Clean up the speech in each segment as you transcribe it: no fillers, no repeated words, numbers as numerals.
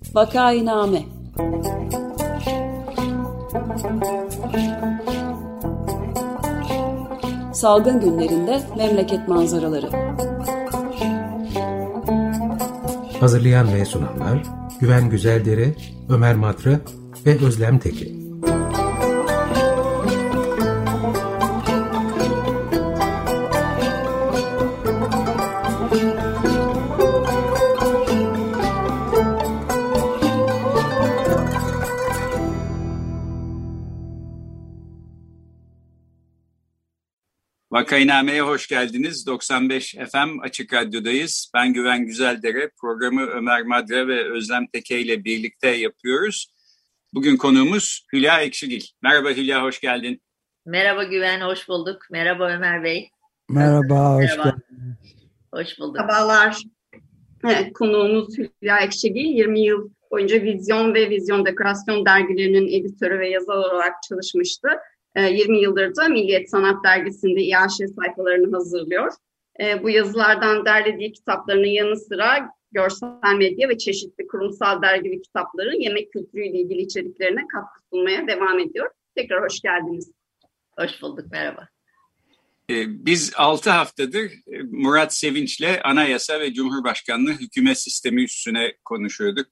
Vakainame. Salgın günlerinde memleket manzaraları. Hazırlayan ve sunanlar Güven Güzeldere, Ömer Madra ve Özlem Tekin. Vakainame'ye hoş geldiniz. 95 FM Açık Radyo'dayız. Ben Güven Güzeldere. Programı Ömer Madra ve Özlem Teke ile birlikte yapıyoruz. Bugün konuğumuz Hülya Ekşigil. Merhaba Hülya, hoş geldin. Merhaba Güven, hoş bulduk. Merhaba Ömer Bey. Merhaba, hoş geldiniz. Hoş bulduk. Merhabalar. Evet, konuğumuz Hülya Ekşigil. 20 yıl boyunca Vizyon ve Vizyon Dekorasyon dergilerinin editörü ve yazar olarak çalışmıştı. 20 yıldır da Milliyet Sanat Dergisi'nde İAŞ sayfalarını hazırlıyor. Bu yazılardan derlediği kitaplarının yanı sıra görsel medya ve çeşitli kurumsal dergi ve kitapların yemek kültürüyle ilgili içeriklerine katkı sunmaya devam ediyor. Tekrar hoş geldiniz. Hoş bulduk, merhaba. Biz 6 haftadır Murat Sevinç'le anayasa ve cumhurbaşkanlığı hükümet sistemi üstüne konuşuyorduk.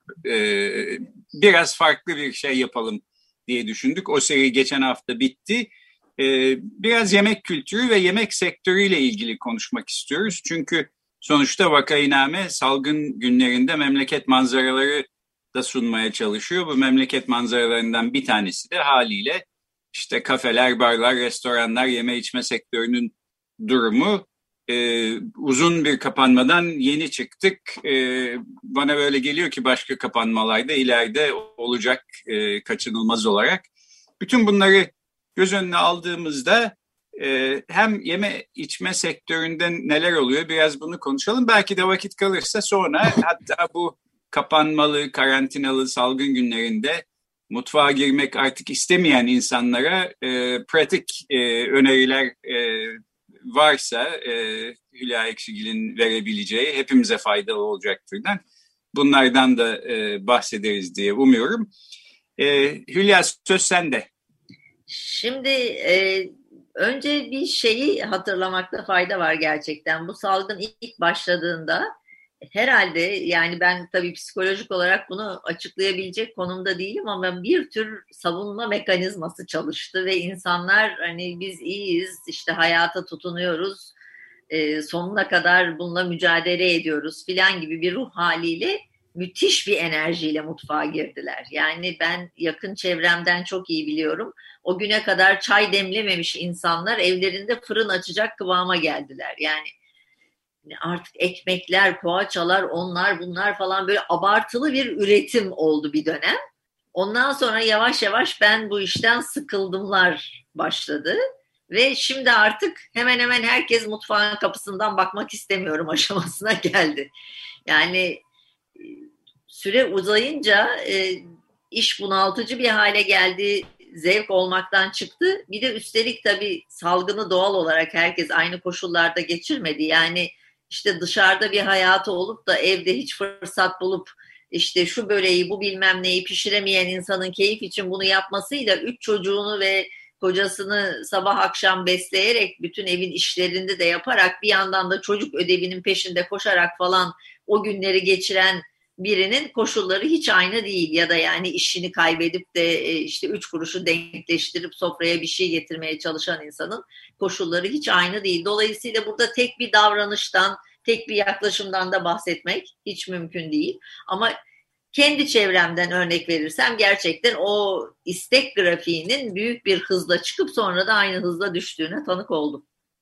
Biraz farklı bir şey yapalım diye düşündük. O seri geçen hafta bitti. Biraz yemek kültürü ve yemek sektörüyle ilgili konuşmak istiyoruz. Çünkü sonuçta Vakainame salgın günlerinde memleket manzaraları da sunmaya çalışıyor. Bu memleket manzaralarından bir tanesi de haliyle işte kafeler, barlar, restoranlar, yeme içme sektörünün durumu. Uzun bir kapanmadan yeni çıktık. Bana böyle geliyor ki başka kapanmalar da ileride olacak kaçınılmaz olarak. Bütün bunları göz önüne aldığımızda hem yeme içme sektöründe neler oluyor biraz bunu konuşalım. Belki de vakit kalırsa sonra hatta bu kapanmalı, karantinalı salgın günlerinde mutfağa girmek artık istemeyen insanlara pratik öneriler varsa Hülya Ekşigil'in verebileceği hepimize faydalı olacak türden bunlardan da bahsederiz diye umuyorum. Hülya, söz sende. Şimdi önce bir şeyi hatırlamakta fayda var gerçekten. Bu salgın ilk başladığında herhalde yani ben tabii psikolojik olarak bunu açıklayabilecek konumda değilim ama bir tür savunma mekanizması çalıştı ve insanlar hani biz iyiyiz, işte hayata tutunuyoruz, sonuna kadar bununla mücadele ediyoruz filan gibi bir ruh haliyle müthiş bir enerjiyle mutfağa girdiler. Yani ben yakın çevremden çok iyi biliyorum. O güne kadar çay demlememiş insanlar evlerinde fırın açacak kıvama geldiler. Yani artık ekmekler, poğaçalar, onlar bunlar falan böyle abartılı bir üretim oldu bir dönem. Ondan sonra yavaş yavaş ben bu işten sıkıldımlar başladı. Ve şimdi artık hemen hemen herkes mutfağın kapısından bakmak istemiyorum aşamasına geldi. Yani süre uzayınca iş bunaltıcı bir hale geldi, zevk olmaktan çıktı. Bir de üstelik tabii salgını doğal olarak herkes aynı koşullarda geçirmedi. Yani işte dışarıda bir hayatı olup da evde hiç fırsat bulup işte şu böreği bu bilmem neyi pişiremeyen insanın keyif için bunu yapmasıyla 3 çocuğunu ve kocasını sabah akşam besleyerek bütün evin işlerinde de yaparak bir yandan da çocuk ödevinin peşinde koşarak falan o günleri geçiren birinin koşulları hiç aynı değil ya da yani işini kaybedip de işte 3 kuruşu denkleştirip sofraya bir şey getirmeye çalışan insanın koşulları hiç aynı değil. Dolayısıyla burada tek bir davranıştan, tek bir yaklaşımdan da bahsetmek hiç mümkün değil. Ama kendi çevremden örnek verirsem gerçekten o istek grafiğinin büyük bir hızla çıkıp sonra da aynı hızla düştüğüne tanık oldum.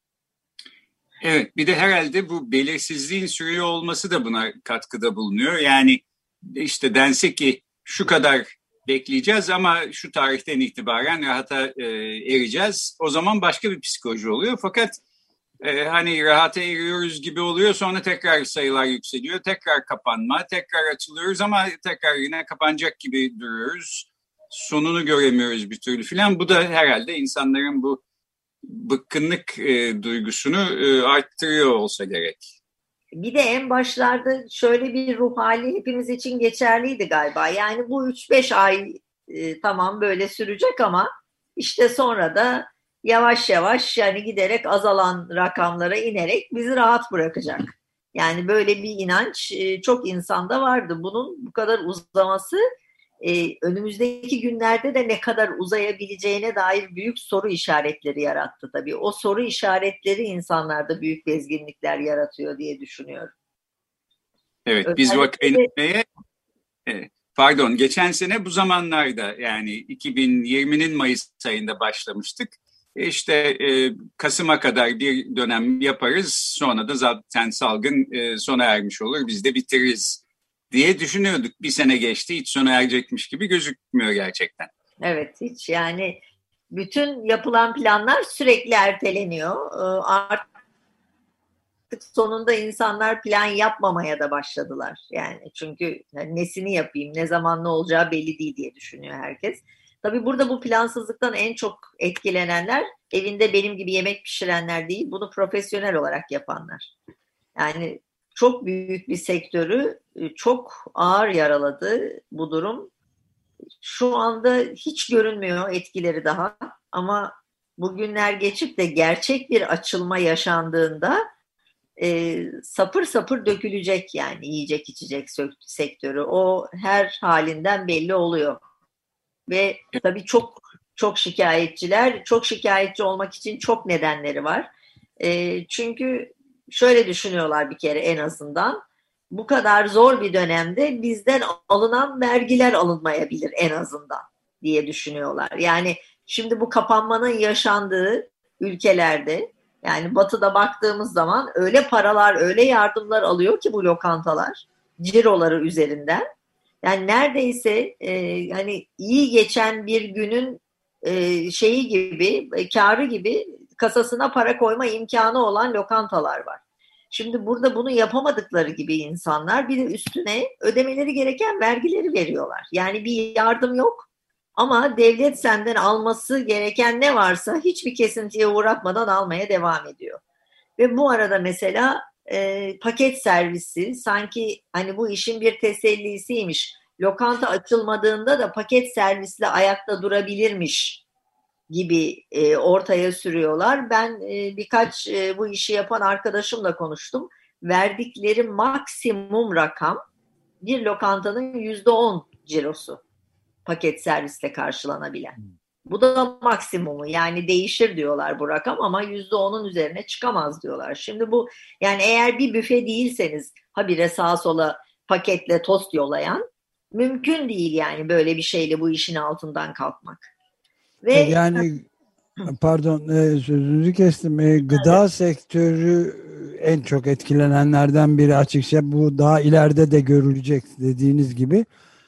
Evet, bir de herhalde bu belirsizliğin sürüyor olması da buna katkıda bulunuyor. Yani işte dense ki şu kadar bekleyeceğiz ama şu tarihten itibaren rahata ereceğiz. O zaman başka bir psikoloji oluyor. Fakat hani rahata eriyoruz gibi oluyor, sonra tekrar sayılar yükseliyor. Tekrar kapanma, tekrar açılıyoruz ama tekrar yine kapanacak gibi duruyoruz. Sonunu göremiyoruz bir türlü filan. Bu da herhalde insanların bu bıkkınlık duygusunu arttırıyor olsa gerek. bir de en başlarda şöyle bir ruh hali hepimiz için geçerliydi galiba. Yani bu 3-5 ay tamam böyle sürecek ama işte sonra da yavaş yavaş yani giderek azalan rakamlara inerek bizi rahat bırakacak. Yani böyle bir inanç çok insanda vardı. Bunun bu kadar uzaması önümüzdeki günlerde de ne kadar uzayabileceğine dair büyük soru işaretleri yarattı tabii. O soru işaretleri insanlarda büyük bezginlikler yaratıyor diye düşünüyorum. Evet, Özellikle biz vakainmeye pardon, geçen sene bu zamanlarda yani 2020'nin Mayıs ayında başlamıştık. İşte Kasım'a kadar bir dönem yaparız, sonra da zaten salgın sona ermiş olur, biz de bitiririz diye düşünüyorduk. Bir sene geçti, hiç sona erecekmiş gibi gözükmüyor gerçekten. Evet, hiç yani bütün yapılan planlar sürekli erteleniyor. Artık sonunda insanlar plan yapmamaya da başladılar. Yani çünkü nesini yapayım, ne zaman ne olacağı belli değil diye düşünüyor herkes. Tabii burada bu plansızlıktan en çok etkilenenler evinde benim gibi yemek pişirenler değil, bunu profesyonel olarak yapanlar. Yani çok büyük bir sektörü çok ağır yaraladı bu durum. Şu anda hiç görünmüyor etkileri daha ama bugünler geçip de gerçek bir açılma yaşandığında sapır sapır dökülecek yani yiyecek içecek sektörü. O her halinden belli oluyor. Ve tabii çok çok şikayetçiler, çok şikayetçi olmak için çok nedenleri var. Çünkü şöyle düşünüyorlar bir kere en azından. Bu kadar zor bir dönemde bizden alınan vergiler alınmayabilir en azından diye düşünüyorlar. Yani şimdi bu kapanmanın yaşandığı ülkelerde yani batıda baktığımız zaman öyle paralar, öyle yardımlar alıyor ki bu lokantalar ciroları üzerinden. Yani neredeyse hani iyi geçen bir günün şeyi gibi, kârı gibi kasasına para koyma imkanı olan lokantalar var. Şimdi burada bunu yapamadıkları gibi insanlar bir de üstüne ödemeleri gereken vergileri veriyorlar. Yani bir yardım yok ama devlet senden alması gereken ne varsa hiçbir kesintiye uğratmadan almaya devam ediyor. Ve bu arada mesela paket servisi sanki hani bu işin bir tesellisiymiş. Lokanta açılmadığında da paket servisle ayakta durabilirmiş gibi ortaya sürüyorlar. Ben birkaç bu işi yapan arkadaşımla konuştum. Verdikleri maksimum rakam bir lokantanın %10 cirosu paket servisle karşılanabilen. Bu da maksimumu yani değişir diyorlar bu rakam ama %10'un üzerine çıkamaz diyorlar. Şimdi bu yani eğer bir büfe değilseniz habire sağa sola paketle tost yollayan mümkün değil yani böyle bir şeyle bu işin altından kalkmak. Ve Yani pardon sözünüzü kestim. Gıda sektörü en çok etkilenenlerden biri açıkça bu daha ileride de görülecek dediğiniz gibi.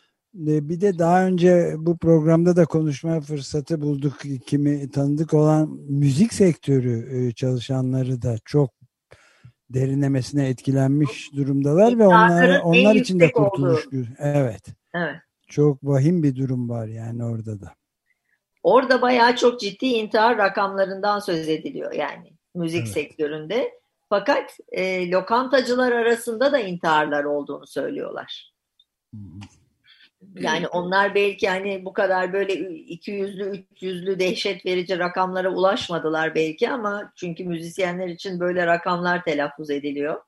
Bir de daha önce bu programda da konuşma fırsatı bulduk. Kimi tanıdık olan müzik sektörü çalışanları da çok derinlemesine etkilenmiş durumdalar ve onlar için de kurtuluş. Evet. Evet. Çok vahim bir durum var yani orada da. Orada bayağı çok ciddi intihar rakamlarından söz ediliyor yani müzik sektöründe. Fakat lokantacılar arasında da intiharlar olduğunu söylüyorlar. Yani onlar belki hani bu kadar böyle 200'lü 300'lü dehşet verici rakamlara ulaşmadılar belki ama çünkü müzisyenler için böyle rakamlar telaffuz ediliyor.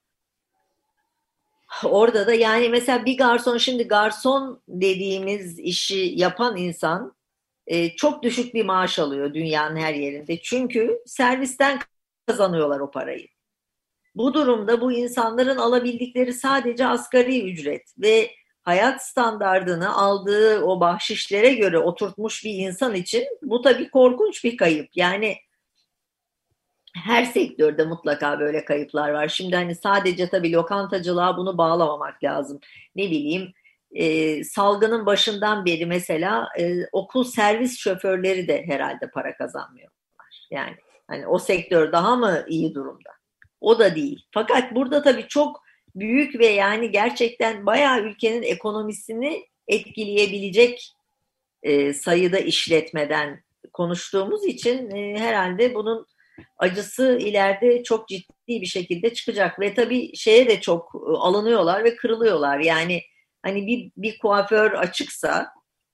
Orada da yani mesela bir garson şimdi garson dediğimiz işi yapan insan çok düşük bir maaş alıyor dünyanın her yerinde. Çünkü servisten kazanıyorlar o parayı. Bu durumda bu insanların alabildikleri sadece asgari ücret ve hayat standardını aldığı o bahşişlere göre oturtmuş bir insan için bu tabii korkunç bir kayıp. Yani her sektörde mutlaka böyle kayıplar var. Şimdi hani sadece tabii lokantacılığa bunu bağlamamak lazım. Ne bileyim salgının başından beri mesela okul servis şoförleri de herhalde para kazanmıyorlar. Yani hani o sektör daha mı iyi durumda? O da değil. Fakat burada tabii çok büyük ve yani gerçekten bayağı ülkenin ekonomisini etkileyebilecek sayıda işletmeden konuştuğumuz için herhalde bunun acısı ileride çok ciddi bir şekilde çıkacak ve tabii şeye de çok alınıyorlar ve kırılıyorlar. Yani hani bir kuaför açıksa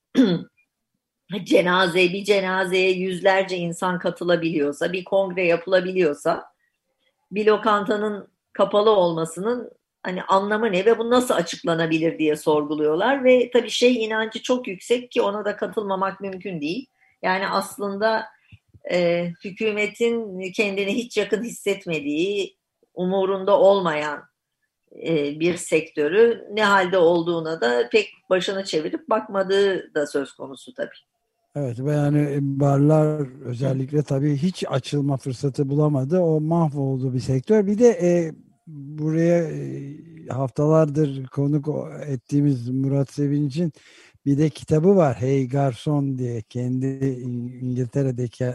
bir cenazeye yüzlerce insan katılabiliyorsa, bir kongre yapılabiliyorsa, bir lokantanın kapalı olmasının hani anlamı ne ve bu nasıl açıklanabilir diye sorguluyorlar ve tabii inancı çok yüksek ki ona da katılmamak mümkün değil. Yani aslında hükümetin kendini hiç yakın hissetmediği, umurunda olmayan bir sektörü ne halde olduğuna da pek başını çevirip bakmadığı da söz konusu tabii. Evet ve yani barlar özellikle tabii hiç açılma fırsatı bulamadı. O mahvoldu bir sektör. Bir de buraya haftalardır konuk ettiğimiz Murat Sevinç'in bir de kitabı var. Hey Garson diye kendi İngiltere'deki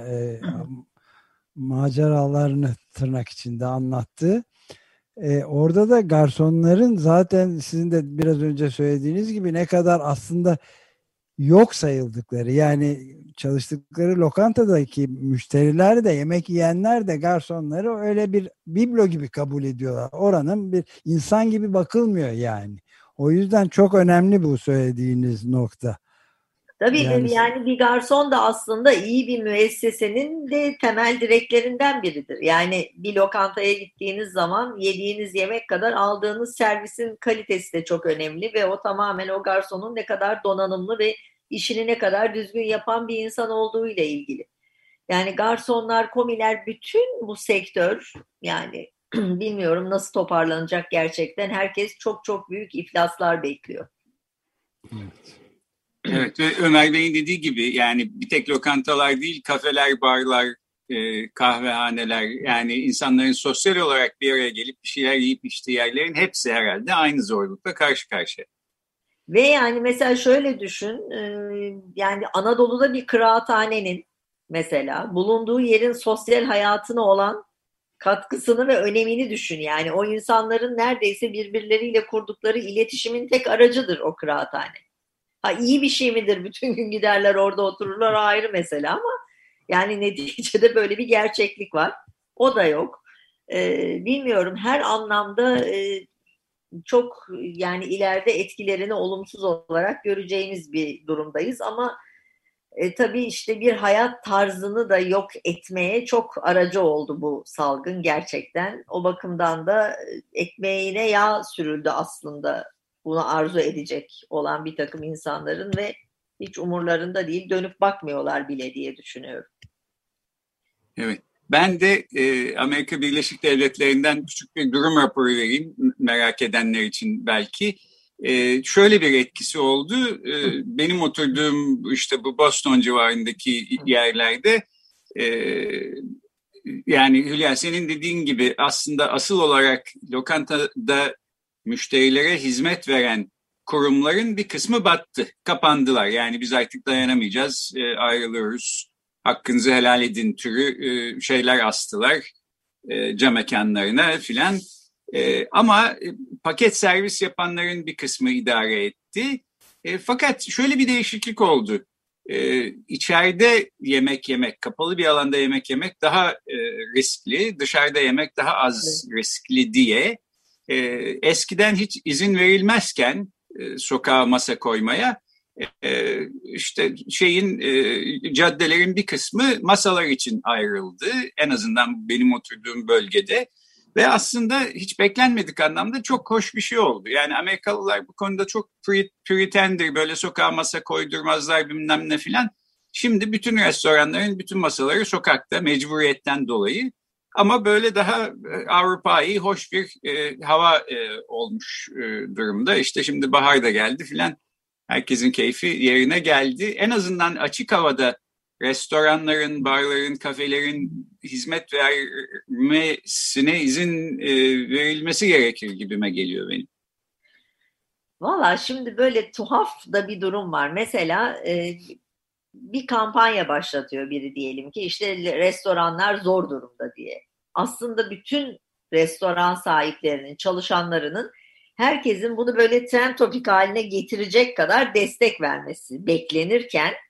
maceralarını tırnak içinde anlattığı. Orada da garsonların zaten sizin de biraz önce söylediğiniz gibi ne kadar aslında yok sayıldıkları, yani çalıştıkları lokantadaki müşteriler de, yemek yiyenler de garsonları öyle bir biblo gibi kabul ediyorlar. Oranın bir insan gibi bakılmıyor yani. O yüzden çok önemli bu söylediğiniz nokta. Tabii yani bir garson da aslında iyi bir müessesenin de temel direklerinden biridir. Yani bir lokantaya gittiğiniz zaman yediğiniz yemek kadar aldığınız servisin kalitesi de çok önemli ve o tamamen o garsonun ne kadar donanımlı ve işini ne kadar düzgün yapan bir insan olduğu ile ilgili. Yani garsonlar, komiler, bütün bu sektör yani bilmiyorum nasıl toparlanacak gerçekten. Herkes çok çok büyük iflaslar bekliyor. Evet. Evet ve Ömer Bey'in dediği gibi yani bir tek lokantalar değil, kafeler, barlar, kahvehaneler, yani insanların sosyal olarak bir araya gelip bir şeyler yiyip içtiği yerlerin hepsi herhalde aynı zorlukla karşı karşıya. Ve yani mesela şöyle düşün, yani Anadolu'da bir kıraathanenin mesela bulunduğu yerin sosyal hayatına olan katkısını ve önemini düşün. Yani o insanların neredeyse birbirleriyle kurdukları iletişimin tek aracıdır o kıraathane. Ha iyi bir şey midir? Bütün gün giderler orada otururlar ayrı mesele ama yani neticede böyle bir gerçeklik var. O da yok. Bilmiyorum her anlamda çok yani ileride etkilerini olumsuz olarak göreceğimiz bir durumdayız ama tabii işte bir hayat tarzını da yok etmeye çok aracı oldu bu salgın gerçekten. O bakımdan da ekmeğine yağ sürüldü aslında bunu arzu edecek olan bir takım insanların ve hiç umurlarında değil, dönüp bakmıyorlar bile diye düşünüyorum. Evet. Ben de Amerika Birleşik Devletleri'nden küçük bir durum raporu vereyim merak edenler için belki. Şöyle bir etkisi oldu. Benim oturduğum işte bu Boston civarındaki yerlerde yani Hülya senin dediğin gibi aslında asıl olarak lokantada müşterilere hizmet veren kurumların bir kısmı battı, kapandılar. Yani biz artık dayanamayacağız, ayrılıyoruz, hakkınızı helal edin türü şeyler astılar cam mekanlarına filan. Ama paket servis yapanların bir kısmı idare etti. Fakat şöyle bir değişiklik oldu. İçeride yemek yemek, kapalı bir alanda yemek yemek daha riskli, dışarıda yemek daha az riskli diye eskiden hiç izin verilmezken sokağa masa koymaya işte caddelerin bir kısmı masalar için ayrıldı. En azından benim oturduğum bölgede. Ve aslında hiç beklenmedik anlamda çok hoş bir şey oldu. Yani Amerikalılar bu konuda çok püritendir. Böyle sokağa masa koydurmazlar bilmem ne filan. Şimdi bütün restoranların bütün masaları sokakta mecburiyetten dolayı. Ama böyle daha Avrupa'yı hoş bir hava olmuş durumda. İşte şimdi bahar da geldi filan. Herkesin keyfi yerine geldi. En azından açık havada restoranların, barların, kafelerin hizmet vermesine izin verilmesi gerekir gibime geliyor benim. Valla şimdi böyle tuhaf da bir durum var. Mesela bir kampanya başlatıyor biri diyelim ki işte restoranlar zor durumda diye. Aslında bütün restoran sahiplerinin, çalışanlarının herkesin bunu böyle trend topik haline getirecek kadar destek vermesi beklenirken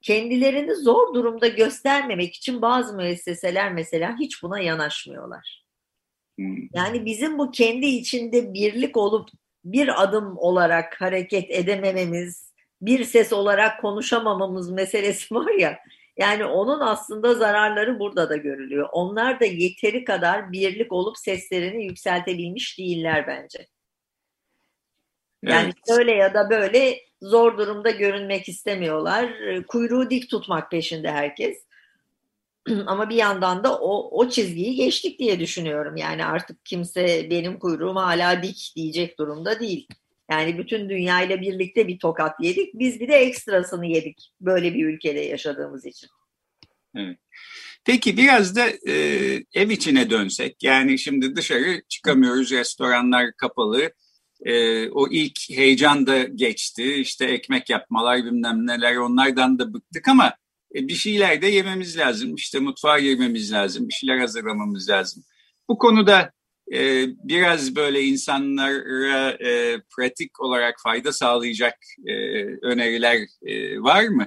kendilerini zor durumda göstermemek için bazı müesseseler mesela hiç buna yanaşmıyorlar. Yani bizim bu kendi içinde birlik olup bir adım olarak hareket edemememiz, bir ses olarak konuşamamamız meselesi var ya, yani onun aslında zararları burada da görülüyor. Onlar da yeteri kadar birlik olup seslerini yükseltebilmiş değiller bence. Yani şöyle ya da böyle zor durumda görünmek istemiyorlar. Kuyruğu dik tutmak peşinde herkes. Ama bir yandan da o çizgiyi geçtik diye düşünüyorum. Yani artık kimse benim kuyruğum hala dik diyecek durumda değil. Yani bütün dünyayla birlikte bir tokat yedik. Biz bir de ekstrasını yedik böyle bir ülkede yaşadığımız için. Evet. Peki biraz da ev içine dönsek. Yani şimdi dışarı çıkamıyoruz, restoranlar kapalı. O ilk heyecan da geçti. İşte ekmek yapmalar bilmem neler, onlardan da bıktık ama bir şeyler de yememiz lazım. İşte mutfağa girmemiz lazım. Bir şeyler hazırlamamız lazım. Bu konuda biraz böyle insanlara pratik olarak fayda sağlayacak öneriler var mı?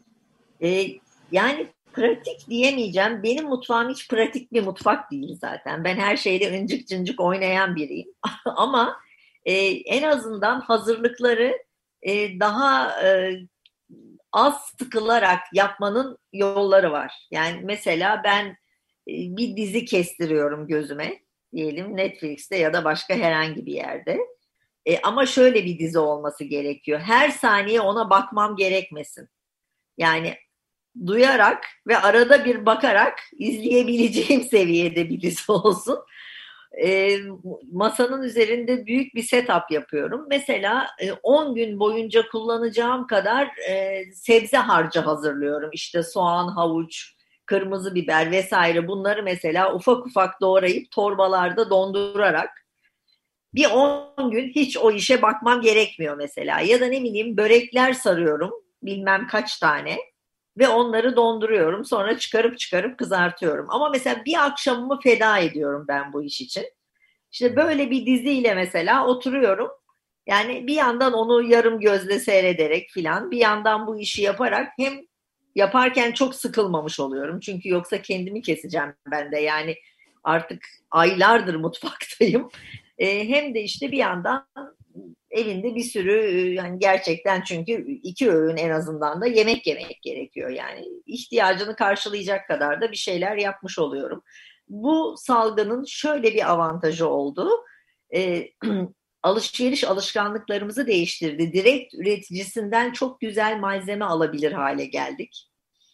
Yani pratik diyemeyeceğim. Benim mutfağım hiç pratik bir mutfak değil zaten. Ben her şeyde ıncık cıncık oynayan biriyim. Ama en azından hazırlıkları daha az sıkılarak yapmanın yolları var. Yani mesela ben bir dizi kestiriyorum gözüme, diyelim Netflix'te ya da başka herhangi bir yerde. Ama şöyle bir dizi olması gerekiyor. Her saniye ona bakmam gerekmesin. Yani duyarak ve arada bir bakarak izleyebileceğim seviyede bir dizi olsun. Masanın üzerinde büyük bir setup yapıyorum. Mesela 10 gün boyunca kullanacağım kadar sebze harcı hazırlıyorum. İşte soğan, havuç, kırmızı biber vesaire, bunları mesela ufak ufak doğrayıp torbalarda dondurarak bir 10 gün hiç o işe bakmam gerekmiyor mesela. Ya da ne bileyim börekler sarıyorum bilmem kaç tane ve onları donduruyorum. Sonra çıkarıp kızartıyorum. Ama mesela bir akşamımı feda ediyorum ben bu iş için. İşte böyle bir diziyle mesela oturuyorum. Yani bir yandan onu yarım gözle seyrederek filan, bir yandan bu işi yaparak, hem yaparken çok sıkılmamış oluyorum. Çünkü yoksa kendimi keseceğim ben de. Yani artık aylardır mutfaktayım. Hem de işte bir yandan elinde bir sürü, yani gerçekten, çünkü 2 öğün en azından da yemek yemek gerekiyor. Yani ihtiyacını karşılayacak kadar da bir şeyler yapmış oluyorum. Bu salgının şöyle bir avantajı oldu. Alışveriş alışkanlıklarımızı değiştirdi. Direkt üreticisinden çok güzel malzeme alabilir hale geldik.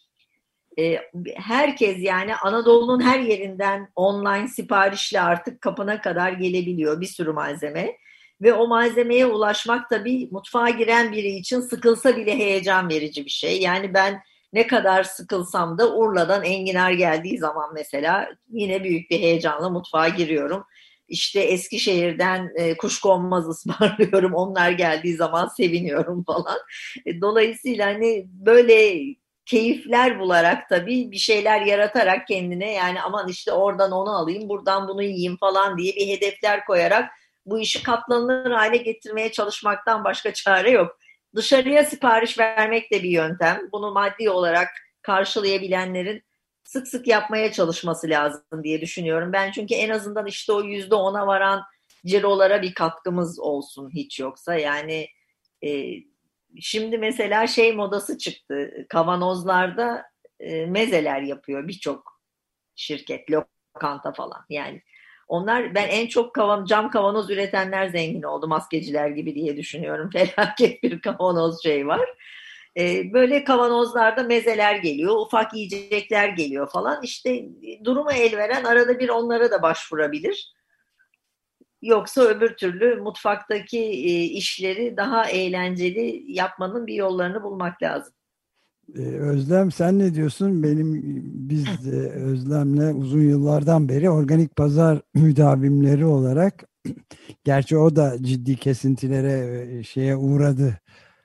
Herkes, yani Anadolu'nun her yerinden online siparişle artık kapına kadar gelebiliyor bir sürü malzeme. Ve o malzemeye ulaşmak tabii mutfağa giren biri için sıkılsa bile heyecan verici bir şey. Yani ben ne kadar sıkılsam da Urla'dan enginar geldiği zaman mesela yine büyük bir heyecanla mutfağa giriyorum. İşte Eskişehir'den kuşkonmaz ısmarlıyorum. Onlar geldiği zaman seviniyorum falan. Dolayısıyla hani böyle keyifler bularak, tabii bir şeyler yaratarak kendine, yani aman işte oradan onu alayım, buradan bunu yiyeyim falan diye bir hedefler koyarak bu işi katlanılır hale getirmeye çalışmaktan başka çare yok. Dışarıya sipariş vermek de bir yöntem. Bunu maddi olarak karşılayabilenlerin sık sık yapmaya çalışması lazım diye düşünüyorum. Ben çünkü en azından işte o %10'a varan cirolara bir katkımız olsun hiç yoksa. Yani şimdi mesela şey modası çıktı. Kavanozlarda mezeler yapıyor birçok şirket, lokanta falan. Yani onlar, ben en çok cam kavanoz üretenler zengin oldu, maskeciler gibi diye düşünüyorum. Felaket bir kavanoz şey var. Böyle kavanozlarda mezeler geliyor, ufak yiyecekler geliyor falan. İşte duruma el veren arada bir onlara da başvurabilir. Yoksa öbür türlü mutfaktaki işleri daha eğlenceli yapmanın bir yollarını bulmak lazım. Özlem, sen ne diyorsun? Biz de Özlem'le uzun yıllardan beri organik pazar müdavimleri olarak, gerçi o da ciddi kesintilere şeye uğradı.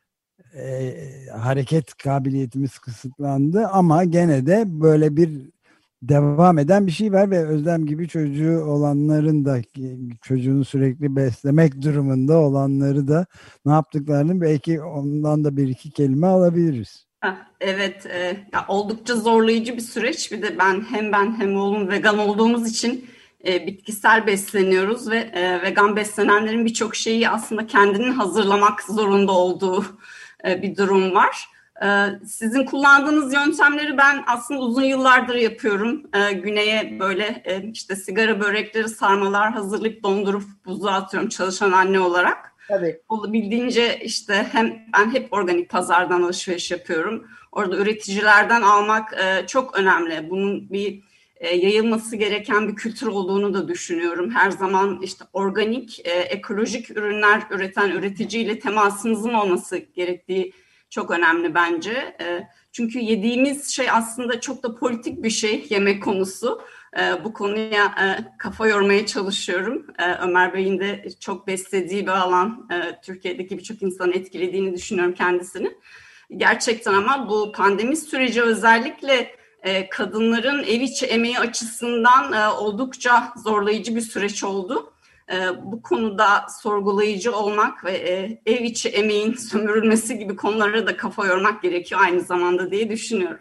Hareket kabiliyetimiz kısıtlandı ama gene de böyle bir devam eden bir şey var ve Özlem gibi çocuğu olanların da, çocuğunu sürekli beslemek durumunda olanları da ne yaptıklarını belki ondan da bir iki kelime alabiliriz. Evet, ya oldukça zorlayıcı bir süreç. Bir de ben hem oğlum vegan olduğumuz için bitkisel besleniyoruz ve vegan beslenenlerin birçok şeyi aslında kendinin hazırlamak zorunda olduğu bir durum var. Sizin kullandığınız yöntemleri ben aslında uzun yıllardır yapıyorum. Güneye böyle işte sigara börekleri, sarmalar hazırlayıp dondurup buzluğa atıyorum çalışan anne olarak. Tabii. Olabildiğince işte ben hep organik pazardan alışveriş yapıyorum. Orada üreticilerden almak çok önemli. Bunun bir yayılması gereken bir kültür olduğunu da düşünüyorum. Her zaman işte organik, ekolojik ürünler üreten üreticiyle temasımızın olması gerektiği çok önemli bence. Çünkü yediğimiz şey aslında çok da politik bir şey, yemek konusu. Bu konuya kafa yormaya çalışıyorum. Ömer Bey'in de çok beslediği bir alan. Türkiye'deki birçok insanı etkilediğini düşünüyorum kendisini. Gerçekten ama bu pandemi süreci özellikle kadınların ev içi emeği açısından oldukça zorlayıcı bir süreç oldu. Bu konuda sorgulayıcı olmak ve ev içi emeğin sömürülmesi gibi konulara da kafa yormak gerekiyor aynı zamanda diye düşünüyorum.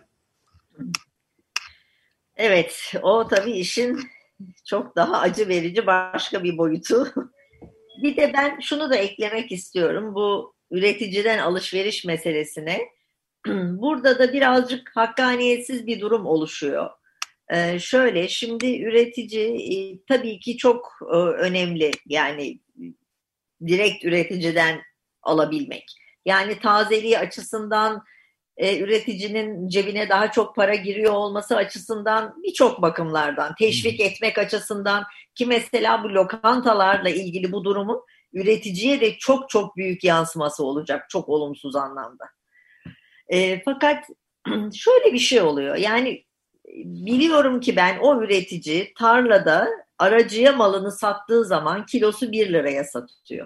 Evet, o tabii işin çok daha acı verici başka bir boyutu. Bir de ben şunu da eklemek istiyorum bu üreticiden alışveriş meselesine. Burada da birazcık hakkaniyetsiz bir durum oluşuyor. Şöyle, şimdi üretici tabii ki çok önemli, yani direkt üreticiden alabilmek. Yani tazeliği açısından, üreticinin cebine daha çok para giriyor olması açısından, birçok bakımlardan, teşvik etmek açısından, ki mesela bu lokantalarla ilgili bu durumun üreticiye de çok çok büyük yansıması olacak, çok olumsuz anlamda. Fakat şöyle bir şey oluyor, yani biliyorum ki ben o üretici tarlada aracıya malını sattığı zaman kilosu 1 liraya satıyor.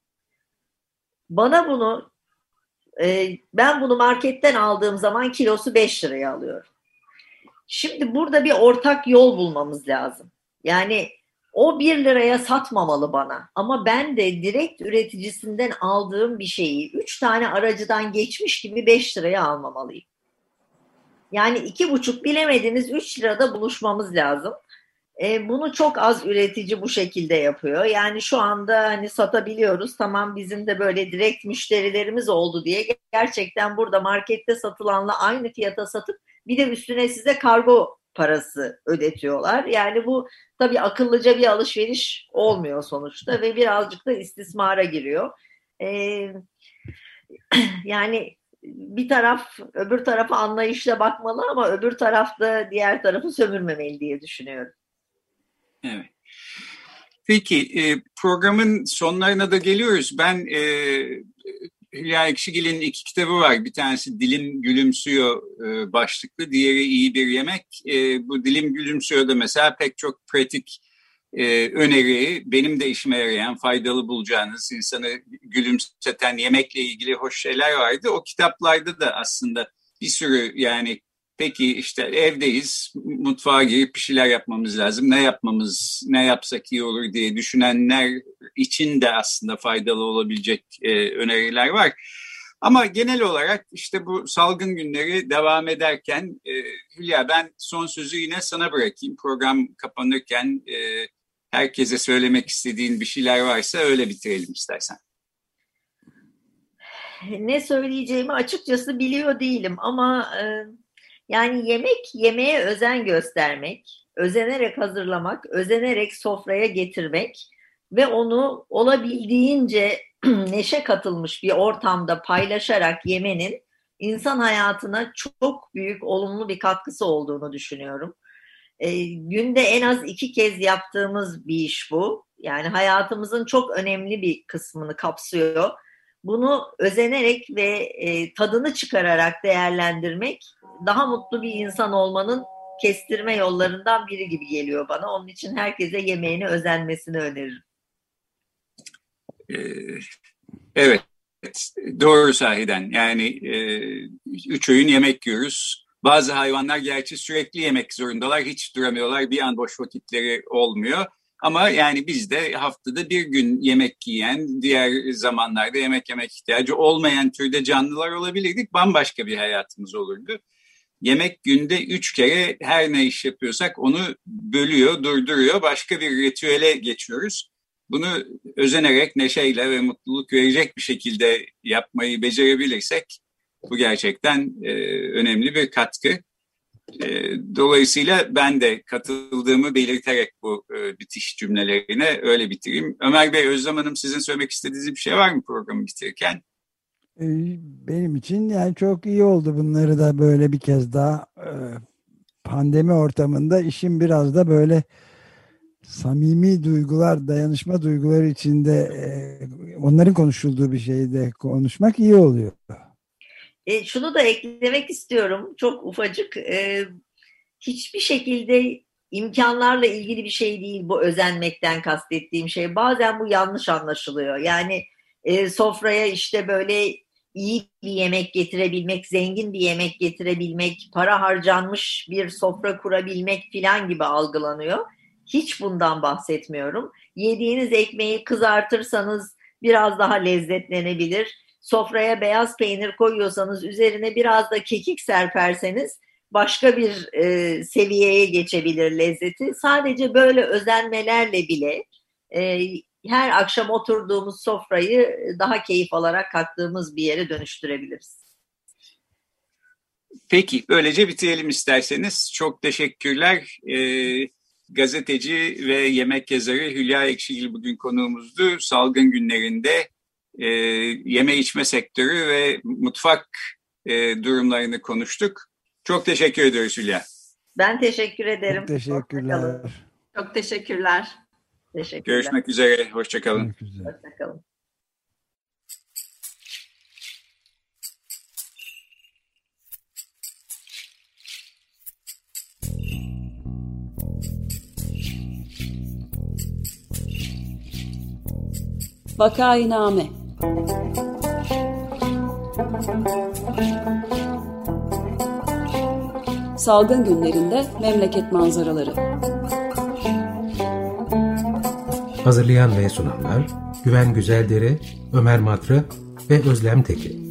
Bana bunu ben bunu marketten aldığım zaman kilosu 5 liraya alıyorum. Şimdi burada bir ortak yol bulmamız lazım. Yani o 1 liraya satmamalı bana. Ama ben de direkt üreticisinden aldığım bir şeyi 3 tane aracıdan geçmiş gibi 5 liraya almamalıyım. Yani 2,5 bilemediniz 3 lirada buluşmamız lazım. Bunu çok az üretici bu şekilde yapıyor. Yani şu anda hani satabiliyoruz. Tamam, bizim de böyle direkt müşterilerimiz oldu diye gerçekten burada markette satılanla aynı fiyata satıp bir de üstüne size kargo parası ödetiyorlar. Yani bu tabii akıllıca bir alışveriş olmuyor sonuçta ve birazcık da istismara giriyor. Yani bir taraf öbür tarafa anlayışla bakmalı ama öbür taraf da diğer tarafı sömürmemeli diye düşünüyorum. Evet. Peki programın sonlarına da geliyoruz. Ben Hülya Ekşigil'in 2 kitabı var. Bir tanesi Dilim Gülümsüyor başlıklı, diğeri İyi Bir Yemek. Bu Dilim Gülümsüyor da mesela pek çok pratik öneri, benim de işime yarayan, faydalı bulacağınız, insanı gülümseten yemekle ilgili hoş şeyler vardı. O kitaplarda da aslında bir sürü, yani peki işte evdeyiz, mutfağa girip bir şeyler yapmamız lazım. Ne yapsak iyi olur diye düşünenler için de aslında faydalı olabilecek öneriler var. Ama genel olarak işte bu salgın günleri devam ederken Hülya, ben son sözü yine sana bırakayım. Program kapanırken herkese söylemek istediğin bir şeyler varsa öyle bitirelim istersen. Ne söyleyeceğimi açıkçası biliyor değilim ama yani yemeğe özen göstermek, özenerek hazırlamak, özenerek sofraya getirmek ve onu olabildiğince neşe katılmış bir ortamda paylaşarak yemenin insan hayatına çok büyük olumlu bir katkısı olduğunu düşünüyorum. Günde en az 2 kez yaptığımız bir iş bu. Yani hayatımızın çok önemli bir kısmını kapsıyor. Bunu özenerek ve tadını çıkararak değerlendirmek daha mutlu bir insan olmanın kestirme yollarından biri gibi geliyor bana. Onun için herkese yemeğine özenmesini öneririm. Evet, doğru sahiden. Yani 3 öğün yemek yiyoruz. Bazı hayvanlar gerçi sürekli yemek zorundalar, hiç duramıyorlar, bir an boş vakitleri olmuyor. Ama yani biz de haftada bir gün yemek yiyen, diğer zamanlarda yemek yemek ihtiyacı olmayan türde canlılar olabilirdik. Bambaşka bir hayatımız olurdu. Yemek günde 3 kere her ne iş yapıyorsak onu bölüyor, durduruyor. Başka bir ritüele geçiyoruz. Bunu özenerek, neşeyle ve mutluluk verecek bir şekilde yapmayı becerebilirsek bu gerçekten önemli bir katkı. Dolayısıyla ben de katıldığımı belirterek bu bitiş cümlelerine öyle bitireyim. Ömer Bey, Özlem Hanım, sizin söylemek istediğiniz bir şey var mı programı bitirirken? Benim için yani çok iyi oldu bunları da böyle bir kez daha pandemi ortamında işin biraz da böyle samimi duygular, dayanışma duyguları içinde onların konuşulduğu bir şeyde konuşmak iyi oluyor. Şunu da eklemek istiyorum. Çok ufacık. Hiçbir şekilde imkanlarla ilgili bir şey değil bu özenmekten kastettiğim şey. Bazen bu yanlış anlaşılıyor. Yani sofraya işte böyle iyi bir yemek getirebilmek, zengin bir yemek getirebilmek, para harcanmış bir sofra kurabilmek falan gibi algılanıyor. Hiç bundan bahsetmiyorum. Yediğiniz ekmeği kızartırsanız biraz daha lezzetlenebilir. Sofraya beyaz peynir koyuyorsanız üzerine biraz da kekik serperseniz başka bir seviyeye geçebilir lezzeti. Sadece böyle özenmelerle bile her akşam oturduğumuz sofrayı daha keyif alarak kalktığımız bir yere dönüştürebiliriz. Peki, böylece bitirelim isterseniz. Çok teşekkürler. Gazeteci ve yemek yazarı Hülya Ekşigil bugün konuğumuzdu. Salgın günlerinde yeme içme sektörü ve mutfak durumlarını konuştuk. Çok teşekkür ediyoruz Hülya. Ben teşekkür ederim. Çok teşekkürler. Çok teşekkürler. Teşekkürler. Görüşmek üzere. Hoşçakalın. Hoşçakalın. Vakainame. Salgın günlerinde memleket manzaraları. Hazırlayan ve sunanlar Güven Güzeldere, Ömer Madra ve Özlem Tekin.